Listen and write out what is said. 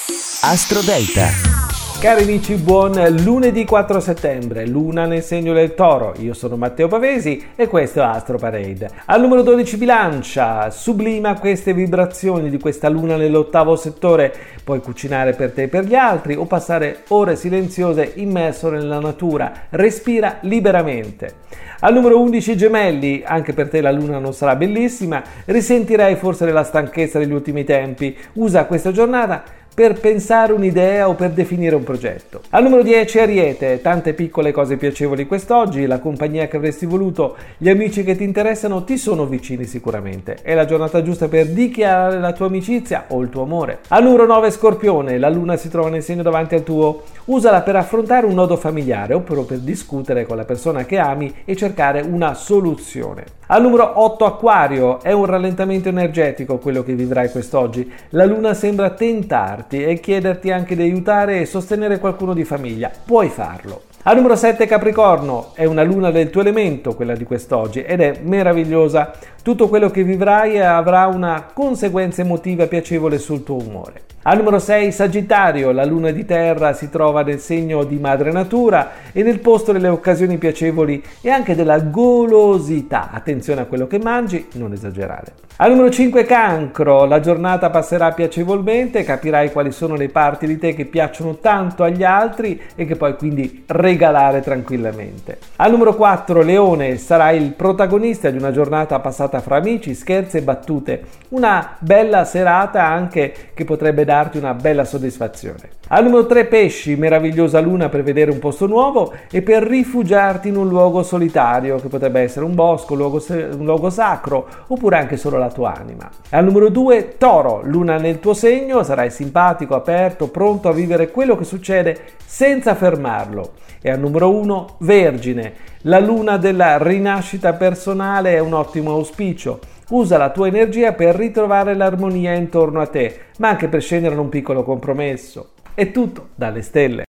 Astro Delta. Cari amici, buon lunedì 4 settembre, luna nel segno del Toro. Io sono Matteo Pavesi e questo è Astro Parade. Al numero 12 Bilancia, sublima queste vibrazioni di questa luna nell'ottavo settore. Puoi cucinare per te e per gli altri o passare ore silenziose immerso nella natura. Respira liberamente. Al numero 11 Gemelli, anche per te la luna non sarà bellissima, risentirai forse della stanchezza degli ultimi tempi. Usa questa giornata per pensare un'idea o per definire un progetto. Al numero 10 Ariete, tante piccole cose piacevoli quest'oggi, la compagnia che avresti voluto, gli amici che ti interessano ti sono vicini sicuramente. È la giornata giusta per dichiarare la tua amicizia o il tuo amore. Al numero 9 Scorpione, la luna si trova nel segno davanti al tuo, usala per affrontare un nodo familiare oppure per discutere con la persona che ami e cercare una soluzione. Al numero 8 Acquario, è un rallentamento energetico quello che vivrai quest'oggi. La luna sembra tentarti e chiederti anche di aiutare e sostenere qualcuno di famiglia. Puoi farlo. Al numero 7 Capricorno, è una luna del tuo elemento quella di quest'oggi ed è meravigliosa. Tutto quello che vivrai avrà una conseguenza emotiva piacevole sul tuo umore. Al numero 6 Sagittario, la luna di terra si trova nel segno di Madre Natura e nel posto delle occasioni piacevoli e anche della golosità. Attenzione a quello che mangi, non esagerare. Al numero 5 Cancro, la giornata passerà piacevolmente, capirai quali sono le parti di te che piacciono tanto agli altri e che puoi quindi regalare tranquillamente. Al numero 4 Leone, sarai il protagonista di una giornata passata fra amici, scherzi e battute. Una bella serata anche che potrebbe darti una bella soddisfazione. Al numero 3 Pesci, meravigliosa luna per vedere un posto nuovo e per rifugiarti in un luogo solitario che potrebbe essere un bosco, un luogo sacro oppure anche solo la tua anima. Al numero 2 Toro, luna nel tuo segno, sarai simpatico, aperto, pronto a vivere quello che succede senza fermarlo. E al numero 1 Vergine, la luna della rinascita personale è un ottimo auspicio. Usa la tua energia per ritrovare l'armonia intorno a te, ma anche per scendere in un piccolo compromesso. È tutto dalle stelle.